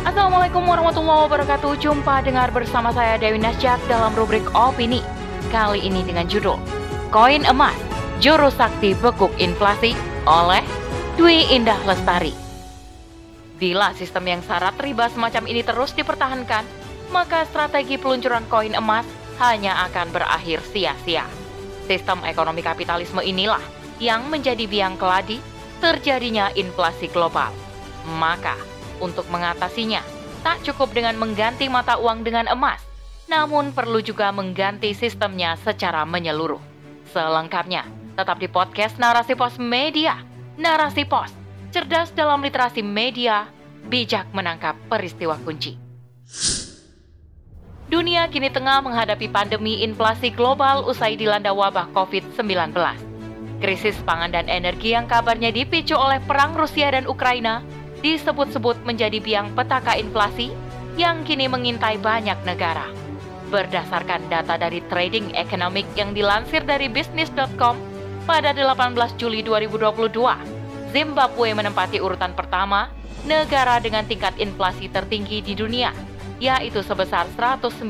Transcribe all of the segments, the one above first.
Assalamualaikum warahmatullahi wabarakatuh. Jumpa dengar bersama saya Dewi Nasjak dalam rubrik Opini. Kali ini dengan judul Koin Emas, Juru Sakti Bekuk Inflasi oleh Dwi Indah Lestari. Bila sistem yang syarat riba semacam ini terus dipertahankan, maka strategi peluncuran koin emas hanya akan berakhir sia-sia. Sistem ekonomi kapitalisme inilah yang menjadi biang keladi terjadinya inflasi global. Maka, untuk mengatasinya, tak cukup dengan mengganti mata uang dengan emas, namun perlu juga mengganti sistemnya secara menyeluruh. Selengkapnya, tetap di podcast Narasi Pos Media. Narasi Pos, cerdas dalam literasi media, bijak menangkap peristiwa kunci. Dunia kini tengah menghadapi pandemi inflasi global usai dilanda wabah COVID-19. Krisis pangan dan energi yang kabarnya dipicu oleh perang Rusia dan Ukraina disebut-sebut menjadi biang petaka inflasi yang kini mengintai banyak negara. Berdasarkan data dari Trading Economic yang dilansir dari Business.com pada 18 Juli 2022, Zimbabwe menempati urutan pertama negara dengan tingkat inflasi tertinggi di dunia, yaitu sebesar 192%.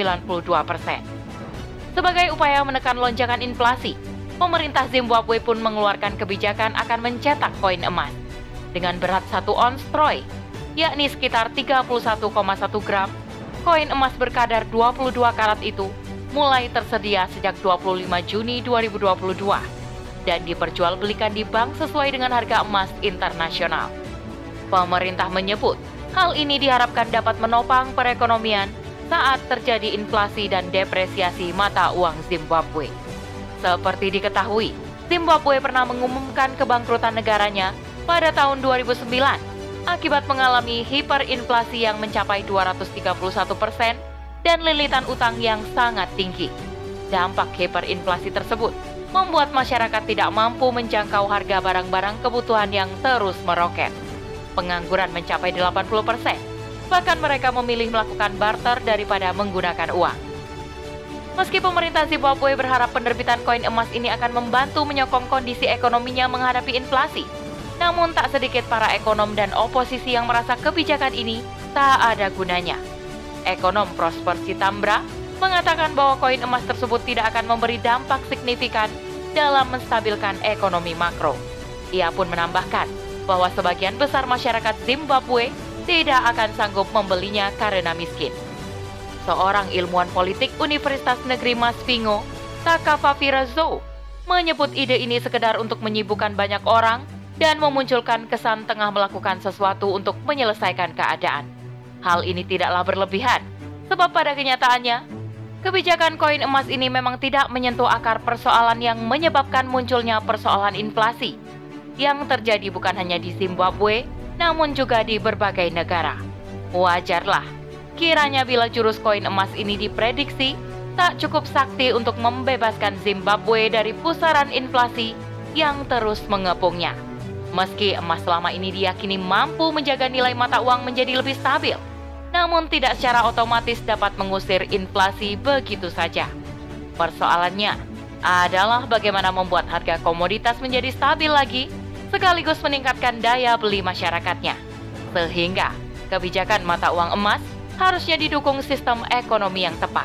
Sebagai upaya menekan lonjakan inflasi, pemerintah Zimbabwe pun mengeluarkan kebijakan akan mencetak koin emas dengan berat 1 ons troy, yakni sekitar 31,1 gram. Koin emas berkadar 22 karat itu mulai tersedia sejak 25 Juni 2022 dan diperjualbelikan di bank sesuai dengan harga emas internasional. Pemerintah menyebut hal ini diharapkan dapat menopang perekonomian saat terjadi inflasi dan depresiasi mata uang Zimbabwe. Seperti diketahui, Zimbabwe pernah mengumumkan kebangkrutan negaranya pada tahun 2009 akibat mengalami hiperinflasi yang mencapai 231% dan lilitan utang yang sangat tinggi. Dampak hiperinflasi tersebut membuat masyarakat tidak mampu menjangkau harga barang-barang kebutuhan yang terus meroket. Pengangguran mencapai 80%, bahkan mereka memilih melakukan barter daripada menggunakan uang. Meski pemerintah Zimbabwe berharap penerbitan koin emas ini akan membantu menyokong kondisi ekonominya menghadapi inflasi, namun tak sedikit para ekonom dan oposisi yang merasa kebijakan ini tak ada gunanya. Ekonom Prosper Sitambra mengatakan bahwa koin emas tersebut tidak akan memberi dampak signifikan dalam menstabilkan ekonomi makro. Ia pun menambahkan bahwa sebagian besar masyarakat Zimbabwe tidak akan sanggup membelinya karena miskin. Seorang ilmuwan politik Universitas Negeri Masvingo, Takafavirazo, menyebut ide ini sekedar untuk menyibukkan banyak orang dan memunculkan kesan tengah melakukan sesuatu untuk menyelesaikan keadaan. Hal ini tidaklah berlebihan, sebab pada kenyataannya, kebijakan koin emas ini memang tidak menyentuh akar persoalan yang menyebabkan munculnya persoalan inflasi, yang terjadi bukan hanya di Zimbabwe, namun juga di berbagai negara. Wajarlah, kiranya bila jurus koin emas ini diprediksi, tak cukup sakti untuk membebaskan Zimbabwe dari pusaran inflasi yang terus mengepungnya. Meski emas selama ini diyakini mampu menjaga nilai mata uang menjadi lebih stabil, namun tidak secara otomatis dapat mengusir inflasi begitu saja. Persoalannya adalah bagaimana membuat harga komoditas menjadi stabil lagi, sekaligus meningkatkan daya beli masyarakatnya. Sehingga kebijakan mata uang emas harusnya didukung sistem ekonomi yang tepat.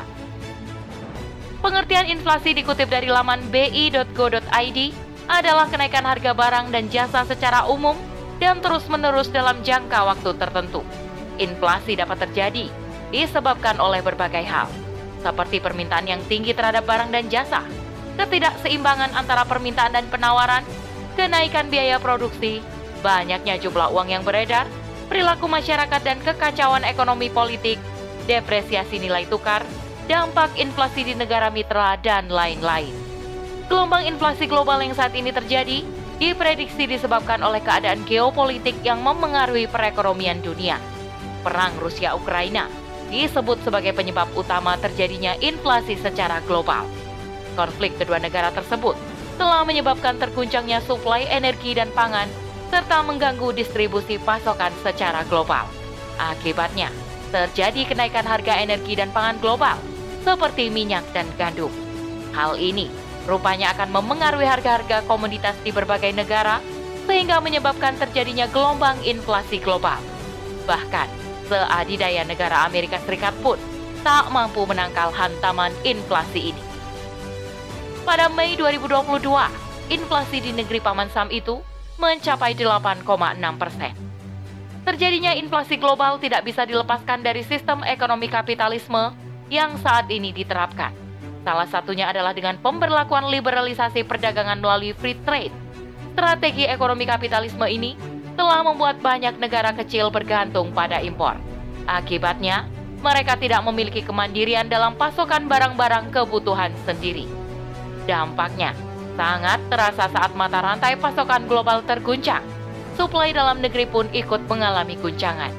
Pengertian inflasi dikutip dari laman bi.go.id adalah kenaikan harga barang dan jasa secara umum dan terus-menerus dalam jangka waktu tertentu. Inflasi dapat terjadi disebabkan oleh berbagai hal, seperti permintaan yang tinggi terhadap barang dan jasa, ketidakseimbangan antara permintaan dan penawaran, kenaikan biaya produksi, banyaknya jumlah uang yang beredar, perilaku masyarakat dan kekacauan ekonomi politik, depresiasi nilai tukar, dampak inflasi di negara mitra, dan lain-lain. Gelombang inflasi global yang saat ini terjadi diprediksi disebabkan oleh keadaan geopolitik yang memengaruhi perekonomian dunia. Perang Rusia-Ukraina disebut sebagai penyebab utama terjadinya inflasi secara global. Konflik kedua negara tersebut telah menyebabkan terguncangnya suplai energi dan pangan serta mengganggu distribusi pasokan secara global. Akibatnya, terjadi kenaikan harga energi dan pangan global seperti minyak dan gandum. Hal ini rupanya akan memengaruhi harga-harga komoditas di berbagai negara sehingga menyebabkan terjadinya gelombang inflasi global. Bahkan, seadidaya negara Amerika Serikat pun tak mampu menangkal hantaman inflasi ini. Pada Mei 2022, inflasi di negeri Paman Sam itu mencapai 8,6%. Terjadinya inflasi global tidak bisa dilepaskan dari sistem ekonomi kapitalisme yang saat ini diterapkan. Salah satunya adalah dengan pemberlakuan liberalisasi perdagangan melalui free trade. Strategi ekonomi kapitalisme ini telah membuat banyak negara kecil bergantung pada impor. Akibatnya, mereka tidak memiliki kemandirian dalam pasokan barang-barang kebutuhan sendiri. Dampaknya sangat terasa saat mata rantai pasokan global terguncang. Suplai dalam negeri pun ikut mengalami guncangan.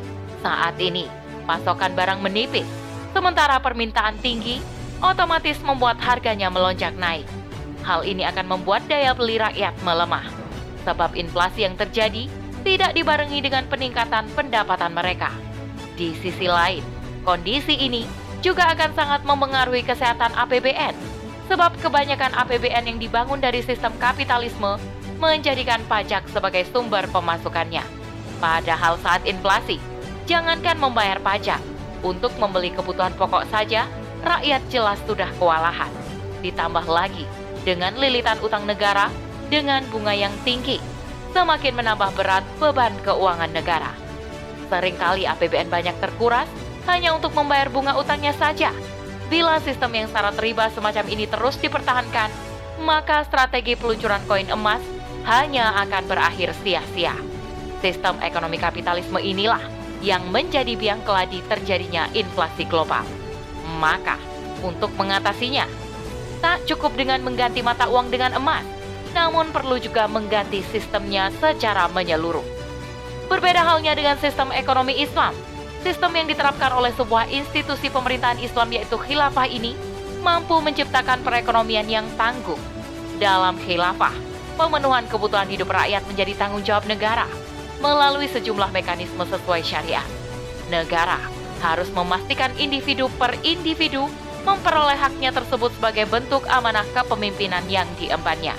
Saat ini, pasokan barang menipis, sementara permintaan tinggi, otomatis membuat harganya melonjak naik. Hal ini akan membuat daya beli rakyat melemah, sebab inflasi yang terjadi tidak dibarengi dengan peningkatan pendapatan mereka. Di sisi lain, kondisi ini juga akan sangat mempengaruhi kesehatan APBN, sebab kebanyakan APBN yang dibangun dari sistem kapitalisme menjadikan pajak sebagai sumber pemasukannya. Padahal saat inflasi, jangankan membayar pajak, untuk membeli kebutuhan pokok saja, rakyat jelas sudah kewalahan. Ditambah lagi, dengan lilitan utang negara, dengan bunga yang tinggi, semakin menambah berat beban keuangan negara. Seringkali APBN banyak terkuras hanya untuk membayar bunga utangnya saja. Bila sistem yang syarat riba semacam ini terus dipertahankan, maka strategi peluncuran koin emas hanya akan berakhir sia-sia. Sistem ekonomi kapitalisme inilah yang menjadi biang keladi terjadinya inflasi global. Maka, untuk mengatasinya, tak cukup dengan mengganti mata uang dengan emas, namun perlu juga mengganti sistemnya secara menyeluruh. Berbeda halnya dengan sistem ekonomi Islam. Sistem yang diterapkan oleh sebuah institusi pemerintahan Islam yaitu khilafah ini mampu menciptakan perekonomian yang tangguh. Dalam khilafah, pemenuhan kebutuhan hidup rakyat menjadi tanggung jawab negara melalui sejumlah mekanisme sesuai syariat. Negara harus memastikan individu per individu memperoleh haknya tersebut sebagai bentuk amanah kepemimpinan yang diembannya.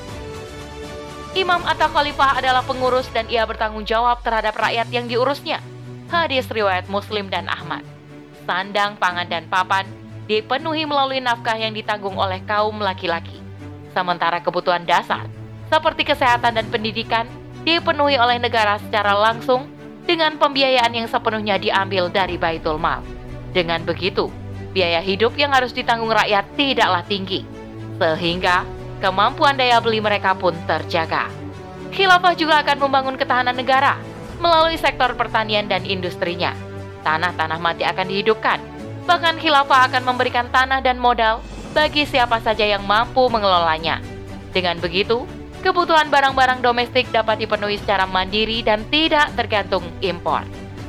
Imam atau khalifah adalah pengurus dan ia bertanggung jawab terhadap rakyat yang diurusnya. Hadis riwayat Muslim dan Ahmad. Sandang, pangan, dan papan dipenuhi melalui nafkah yang ditanggung oleh kaum laki-laki. Sementara kebutuhan dasar, seperti kesehatan dan pendidikan, dipenuhi oleh negara secara langsung dengan pembiayaan yang sepenuhnya diambil dari Baitul Mal. Dengan begitu, biaya hidup yang harus ditanggung rakyat tidaklah tinggi, sehingga kemampuan daya beli mereka pun terjaga. Khilafah juga akan membangun ketahanan negara melalui sektor pertanian dan industrinya. Tanah-tanah mati akan dihidupkan. Bahkan khilafah akan memberikan tanah dan modal bagi siapa saja yang mampu mengelolanya. Dengan begitu, kebutuhan barang-barang domestik dapat dipenuhi secara mandiri dan tidak tergantung impor.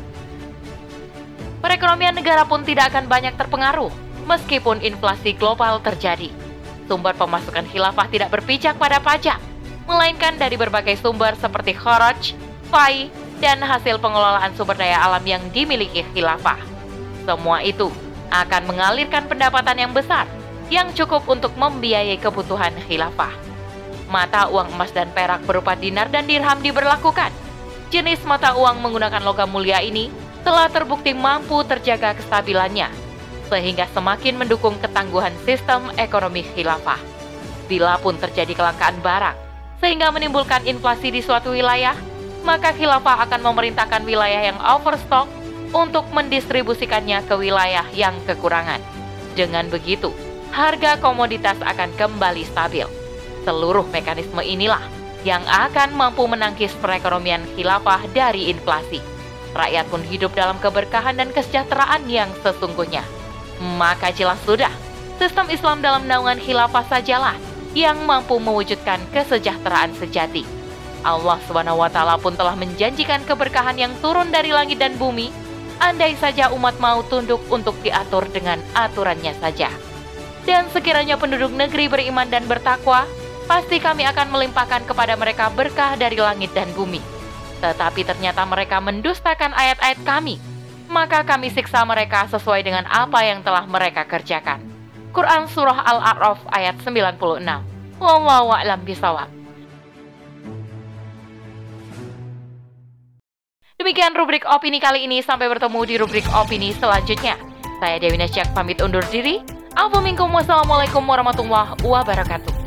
Perekonomian negara pun tidak akan banyak terpengaruh meskipun inflasi global terjadi. Sumber pemasukan khilafah tidak berpijak pada pajak, melainkan dari berbagai sumber seperti kharaj, fai, dan hasil pengelolaan sumber daya alam yang dimiliki khilafah. Semua itu akan mengalirkan pendapatan yang besar yang cukup untuk membiayai kebutuhan khilafah. Mata uang emas dan perak berupa dinar dan dirham diberlakukan. Jenis mata uang menggunakan logam mulia ini telah terbukti mampu terjaga kestabilannya, sehingga semakin mendukung ketangguhan sistem ekonomi khilafah. Bila pun terjadi kelangkaan barang, sehingga menimbulkan inflasi di suatu wilayah, maka khilafah akan memerintahkan wilayah yang overstock untuk mendistribusikannya ke wilayah yang kekurangan. Dengan begitu, harga komoditas akan kembali stabil. Seluruh mekanisme inilah yang akan mampu menangkis perekonomian khilafah dari inflasi. Rakyat pun hidup dalam keberkahan dan kesejahteraan yang sesungguhnya. Maka jelas sudah, sistem Islam dalam naungan khilafah sajalah yang mampu mewujudkan kesejahteraan sejati. Allah SWT pun telah menjanjikan keberkahan yang turun dari langit dan bumi, andai saja umat mau tunduk untuk diatur dengan aturannya saja. Dan sekiranya penduduk negeri beriman dan bertakwa, pasti kami akan melimpahkan kepada mereka berkah dari langit dan bumi. Tetapi ternyata mereka mendustakan ayat-ayat kami, maka kami siksa mereka sesuai dengan apa yang telah mereka kerjakan. Quran Surah Al-A'raf ayat 96. Wallahu a'lam bishawab. Demikian rubrik opini kali ini, sampai bertemu di rubrik opini selanjutnya. Saya Dewi Nasyak pamit undur diri. Assalamualaikum warahmatullahi wabarakatuh.